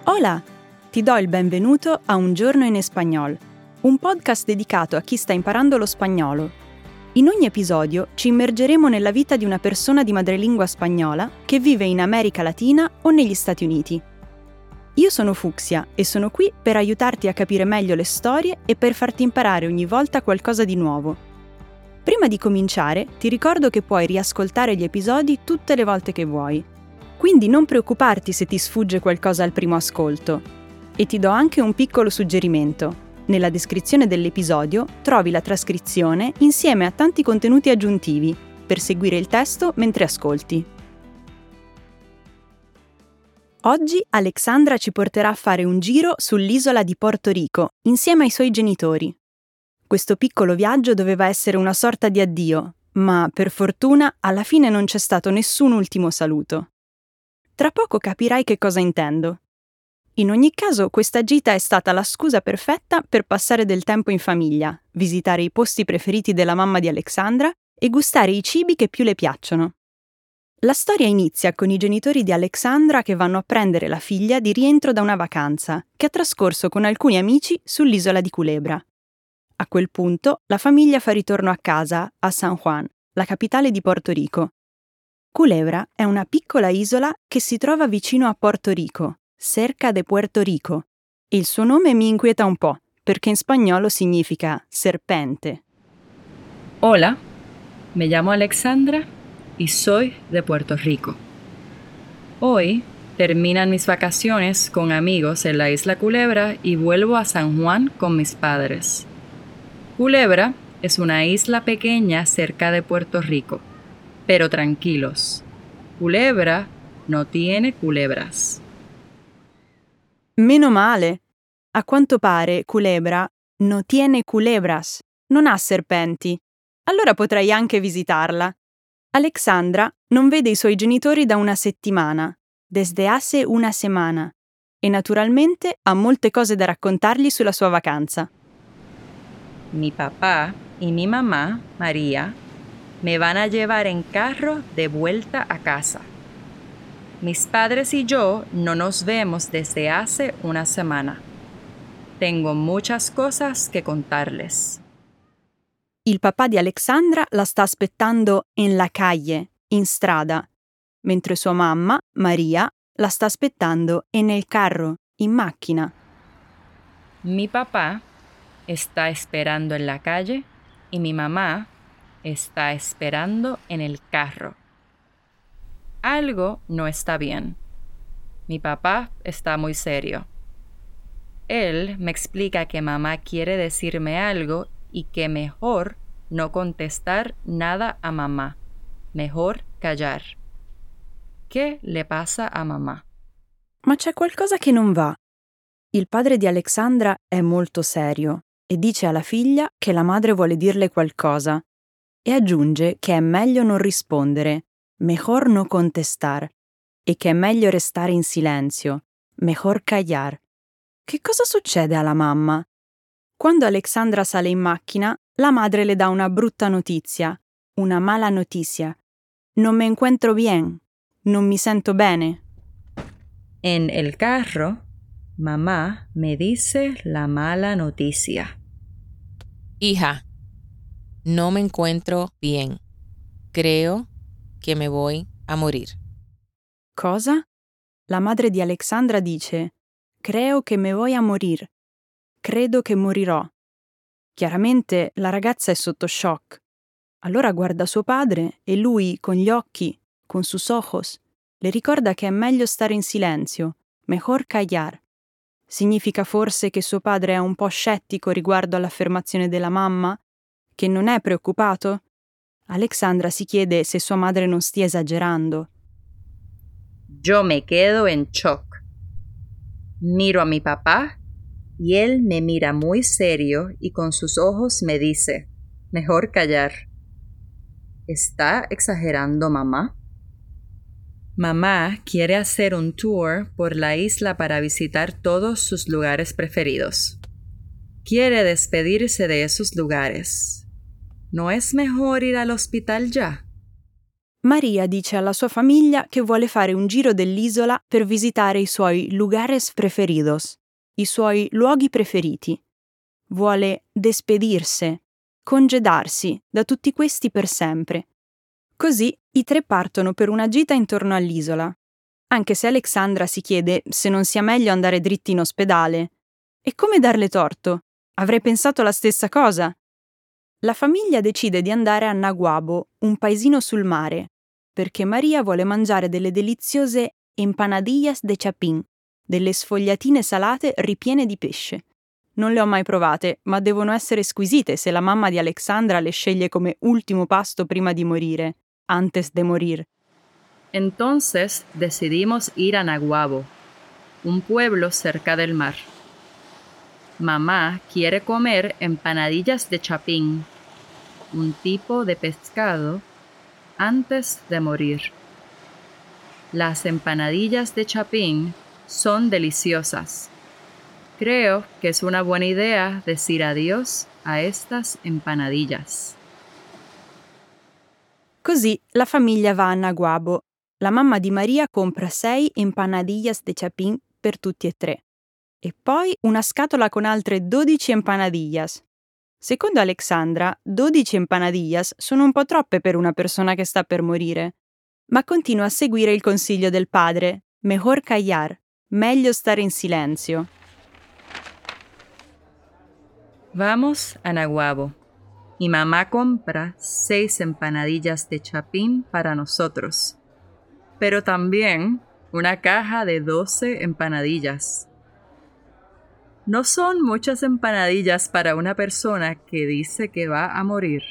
Hola! Ti do il benvenuto a Un giorno in espagnol, un podcast dedicato a chi sta imparando lo spagnolo. In ogni episodio ci immergeremo nella vita di una persona di madrelingua spagnola che vive in America Latina o negli Stati Uniti. Io sono Fucsia e sono qui per aiutarti a capire meglio le storie e per farti imparare ogni volta qualcosa di nuovo. Prima di cominciare, ti ricordo che puoi riascoltare gli episodi tutte le volte che vuoi. Quindi non preoccuparti se ti sfugge qualcosa al primo ascolto. E ti do anche un piccolo suggerimento. Nella descrizione dell'episodio trovi la trascrizione insieme a tanti contenuti aggiuntivi per seguire il testo mentre ascolti. Oggi Alexandra ci porterà a fare un giro sull'isola di Porto Rico insieme ai suoi genitori. Questo piccolo viaggio doveva essere una sorta di addio, ma per fortuna alla fine non c'è stato nessun ultimo saluto. Tra poco capirai che cosa intendo. In ogni caso, questa gita è stata la scusa perfetta per passare del tempo in famiglia, visitare i posti preferiti della mamma di Alexandra e gustare i cibi che più le piacciono. La storia inizia con i genitori di Alexandra che vanno a prendere la figlia di rientro da una vacanza che ha trascorso con alcuni amici sull'isola di Culebra. A quel punto, la famiglia fa ritorno a casa, a San Juan, la capitale di Porto Rico. Culebra è una piccola isola che si trova vicino a Porto Rico, cerca de Puerto Rico, e il suo nome mi inquieta un po', perché in spagnolo significa serpente. Hola, me llamo Alexandra y soy de Puerto Rico. Hoy terminan mis vacaciones con amigos en la isla Culebra y vuelvo a San Juan con mis padres. Culebra es una isla pequeña cerca de Puerto Rico. Pero tranquilos, Culebra no tiene culebras. Meno male! A quanto pare Culebra no tiene culebras, non ha serpenti. Allora potrei anche visitarla. Alexandra non vede i suoi genitori da una settimana, desde hace una semana, e naturalmente ha molte cose da raccontargli sulla sua vacanza. Mi papá y mi mamá, María, me van a llevar en carro de vuelta a casa. Mis padres y yo no nos vemos desde hace una semana. Tengo muchas cosas que contarles. Il papà di Alexandra la sta aspettando en la calle, in strada, mentre sua mamma, Maria, la sta aspettando en el carro, in macchina. Mi papá está esperando en la calle y mi mamá está esperando en el carro. Algo no está bien. Mi papá está muy serio. Él me explica que mamá quiere decirme algo y que mejor no contestar nada a mamá. Mejor callar. ¿Qué le pasa a mamá? Ma c'è qualcosa che non va. Il padre di Alexandra è molto serio e dice alla figlia che la madre vuole dirle qualcosa e aggiunge che è meglio non rispondere, mejor no contestar, e che è meglio restare in silenzio, mejor callar. Che cosa succede alla mamma? Quando Alexandra sale in macchina, la madre le dà una brutta notizia, una mala notizia. Non me encuentro bien, non mi sento bene. En el carro, mamá me dice la mala noticia. Hija, no me encuentro bien. Creo que me voy a morir. Cosa? La madre di Alexandra dice: Creo che me voy a morir. Credo che morirò. Chiaramente la ragazza è sotto shock. Allora guarda suo padre e lui, con gli occhi, con sus ojos, le ricorda che è meglio stare in silenzio, mejor callar. Significa forse che suo padre è un po' scettico riguardo all'affermazione della mamma? Che non è preoccupato? Alexandra si chiede se sua madre non stia esagerando. Yo me quedo en shock. Miro a mi papá y él me mira muy serio y con sus ojos me dice, mejor callar. ¿Está exagerando mamá? Mamá quiere hacer un tour por la isla para visitar todos sus lugares preferidos. Quiere despedirse de esos lugares. ¿No es mejor ir al hospital ya? Maria dice alla sua famiglia che vuole fare un giro dell'isola per visitare i suoi lugares preferidos, i suoi luoghi preferiti. Vuole despedirse, congedarsi da tutti questi per sempre. Così i tre partono per una gita intorno all'isola, anche se Alexandra si chiede se non sia meglio andare dritti in ospedale. E come darle torto? Avrei pensato la stessa cosa. La famiglia decide di andare a Naguabo, un paesino sul mare, perché Maria vuole mangiare delle deliziose empanadillas de chapín, delle sfogliatine salate ripiene di pesce. Non le ho mai provate, ma devono essere squisite se la mamma di Alexandra le sceglie come ultimo pasto prima di morire, antes de morir. Entonces decidimos ir a Naguabo, un pueblo cerca del mar. Mamá quiere comer empanadillas de chapín, un tipo de pescado, antes de morir. Las empanadillas de chapín son deliciosas. Creo que es una buena idea decir adiós a estas empanadillas. Così la famiglia va a Naguabo. La mamma di Maria compra 6 empanadillas de chapín per tutti e tre. E poi una scatola con altre 12 empanadillas. Secondo Alexandra, 12 empanadillas sono un po' troppe per una persona che sta per morire. Ma continua a seguire il consiglio del padre, mejor callar, meglio stare in silenzio. Vamos a Naguabo. Mi mamá compra 6 empanadillas de chapín para nosotros, pero también una caja de 12 empanadillas. No son muchas empanadillas para una persona que dice que va a morir.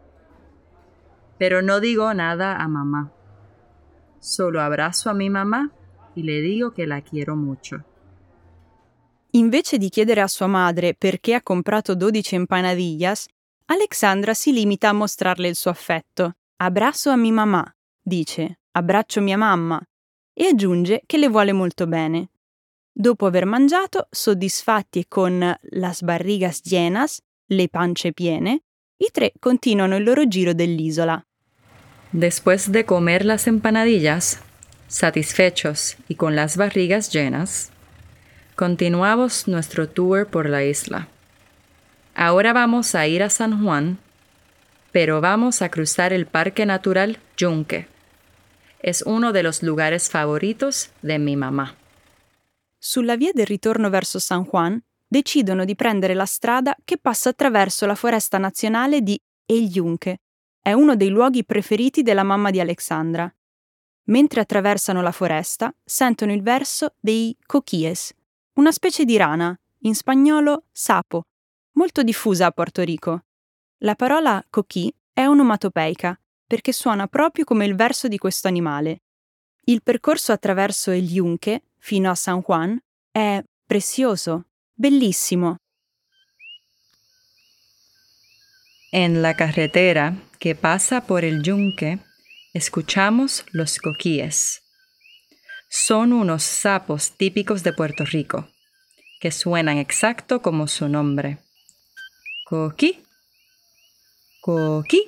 Pero no digo nada a mamá. Solo abrazo a mi mamá y le digo che la quiero mucho. Invece di chiedere a sua madre perché ha comprato 12 empanadillas, Alexandra si limita a mostrarle il suo affetto. Abrazo a mi mamá, dice, abbraccio mia mamma, e aggiunge che le vuole molto bene. Dopo aver mangiato, soddisfatti e con las barrigas llenas, le pance piene, i tre continuano il loro giro dell'isola. Después de comer las empanadillas, satisfechos y con las barrigas llenas, continuamos nuestro tour por la isla. Ahora vamos a ir a San Juan, pero vamos a cruzar el Parque Natural Yunque. Es uno de los lugares favoritos de mi mamá. Sulla via del ritorno verso San Juan, decidono di prendere la strada che passa attraverso la foresta nazionale di El Yunque. È uno dei luoghi preferiti della mamma di Alexandra. Mentre attraversano la foresta, sentono il verso dei coquíes, una specie di rana, in spagnolo sapo, molto diffusa a Porto Rico. La parola coquí è onomatopeica, perché suona proprio come il verso di questo animale. Il percorso attraverso El Yunque, fino a San Juan, è prezioso, bellissimo. En la carretera que pasa por el Yunque, escuchamos los coquíes. Son unos sapos típicos de Puerto Rico, que suenan exacto como su nombre. Coquí, coquí.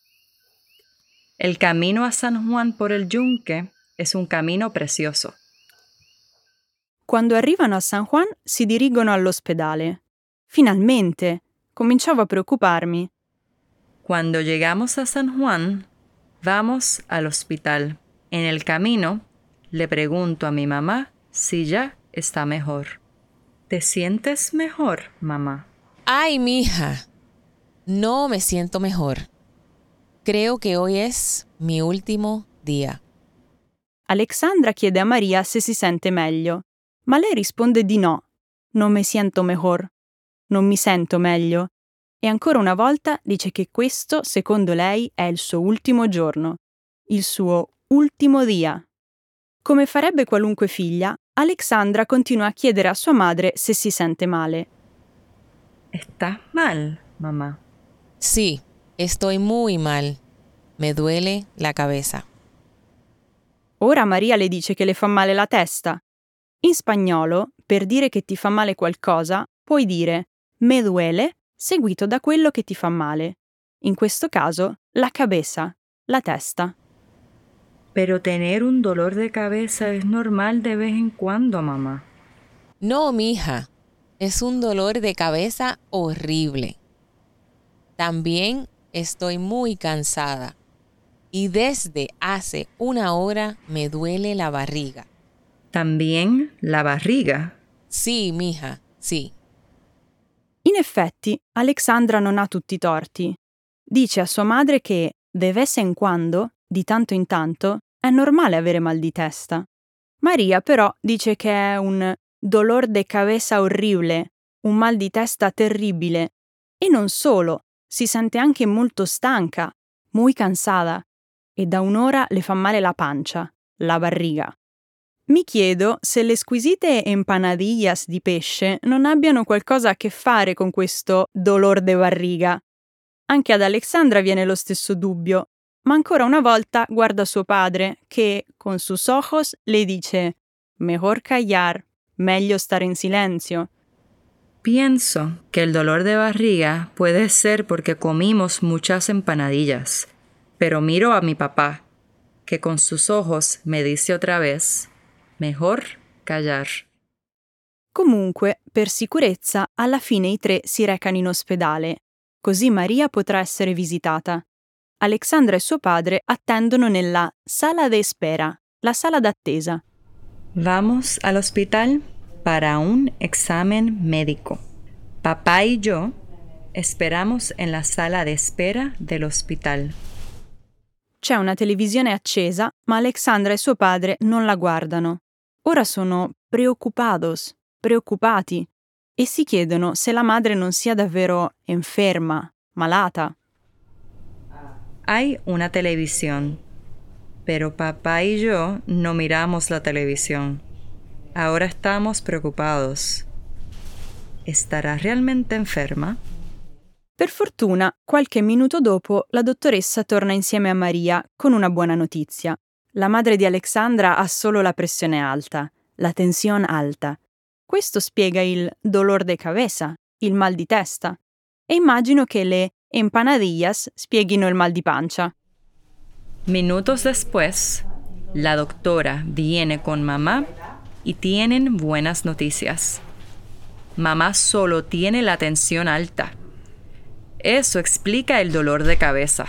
El camino a San Juan por el Yunque es un camino precioso. Quando arrivano a San Juan si dirigono all'ospedale. Finalmente! Cominciavo a preoccuparmi. Cuando llegamos a San Juan, vamos al hospital. En el camino, le pregunto a mi mamá si ya está mejor. ¿Te sientes mejor, mamá? Ay, mija, no me siento mejor. Creo que hoy es mi último día. Alexandra chiede a Maria se si sente meglio, ma lei risponde di no. Non me siento mejor. Non mi sento meglio. E ancora una volta dice che questo, secondo lei, è il suo ultimo giorno, il suo ultimo dia. Come farebbe qualunque figlia, Alexandra continua a chiedere a sua madre se si sente male. ¿Estás mal, mamá? Sí, estoy muy mal. Me duele la cabeza. Ora Maria le dice che le fa male la testa. In spagnolo, per dire che ti fa male qualcosa, puoi dire me duele seguito da quello che ti fa male. In questo caso, la cabeza, la testa. Pero tener un dolor de cabeza es normal de vez en cuando, mamá. No, mija, es un dolor de cabeza horrible. También estoy muy cansada y desde hace 1 hora me duele la barriga. ¿También la barriga? Sì, mija, sì. In effetti, Alexandra non ha tutti i torti. Dice a sua madre che, de vez en quando, di tanto in tanto, è normale avere mal di testa. Maria però dice che è un dolor de cabeza horrible, un mal di testa terribile. E non solo, si sente anche molto stanca, muy cansada, e da 1 ora le fa male la pancia, la barriga. Mi chiedo se le squisite empanadillas di pesce non abbiano qualcosa a che fare con questo dolor de barriga. Anche ad Alexandra viene lo stesso dubbio, ma ancora una volta guarda suo padre che, con sus ojos, le dice «Mejor callar, meglio stare in silenzio». Pienso que el dolor de barriga puede ser porque comimos muchas empanadillas, pero miro a mi papá, que con sus ojos me dice otra vez, mejor callar. Comunque, per sicurezza, alla fine i 3 si recano in ospedale, così Maria potrà essere visitata. Alexandra e suo padre attendono nella sala de espera, la sala d'attesa. Vamos al hospital para un examen médico. Papá y yo esperamos en la sala de espera del hospital. C'è una televisione accesa, ma Alexandra e suo padre non la guardano. Ora sono preoccupati, e si chiedono se la madre non sia davvero enferma, malata. Hay una televisión, pero papá y yo no miramos la televisión. Ahora estamos preocupados. ¿Estará realmente enferma? Per fortuna, qualche minuto dopo, la dottoressa torna insieme a Maria con una buona notizia. La madre di Alexandra ha solo la pressione alta, la tensione alta. Questo spiega il dolor de cabeza, il mal di testa. E immagino che le empanadillas spieghino il mal di pancia. Minutos después, la doctora viene con mamá y tienen buenas noticias. Mamá solo tiene la tensión alta. Eso explica el dolor de cabeza.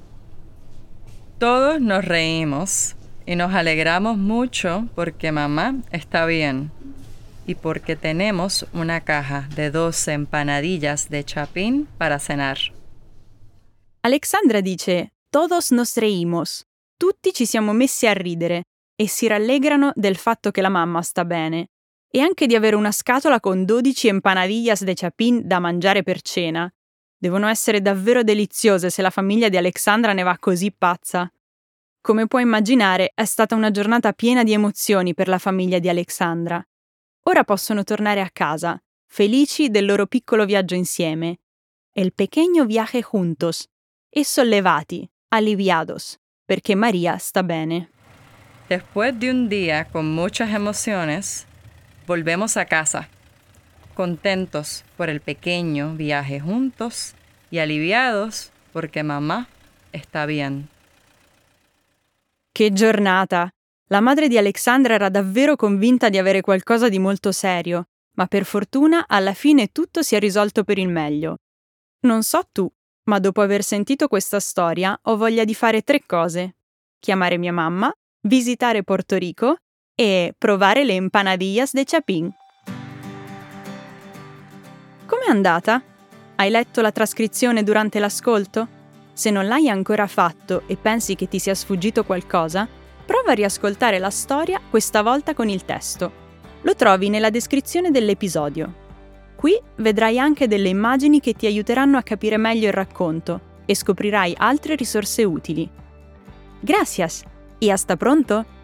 Todos nos reímos y nos alegramos mucho porque mamá está bien y porque tenemos una caja de 12 empanadillas de chapín para cenar. Alexandra dice «Todos nos reímos». Tutti ci siamo messi a ridere e si rallegrano del fatto che la mamma sta bene e anche di avere una scatola con 12 empanadillas de chapín da mangiare per cena. Devono essere davvero deliziose se la famiglia di Alexandra ne va così pazza. Come puoi immaginare, è stata una giornata piena di emozioni per la famiglia di Alexandra. Ora possono tornare a casa, felici del loro piccolo viaggio insieme. El pequeño viaje juntos. E sollevati, aliviados, perché Maria sta bene. Después de un día con muchas emociones, volvemos a casa, contentos por el pequeño viaje juntos y aliviados porque mamá está bien. Che giornata! La madre di Alexandra era davvero convinta di avere qualcosa di molto serio, ma per fortuna alla fine tutto si è risolto per il meglio. Non so tu, ma dopo aver sentito questa storia ho voglia di fare 3 cose: chiamare mia mamma, visitare Porto Rico e provare le empanadillas de chapín. Com'è andata? Hai letto la trascrizione durante l'ascolto? Se non l'hai ancora fatto e pensi che ti sia sfuggito qualcosa, prova a riascoltare la storia questa volta con il testo. Lo trovi nella descrizione dell'episodio. Qui vedrai anche delle immagini che ti aiuteranno a capire meglio il racconto e scoprirai altre risorse utili. Gracias e hasta pronto!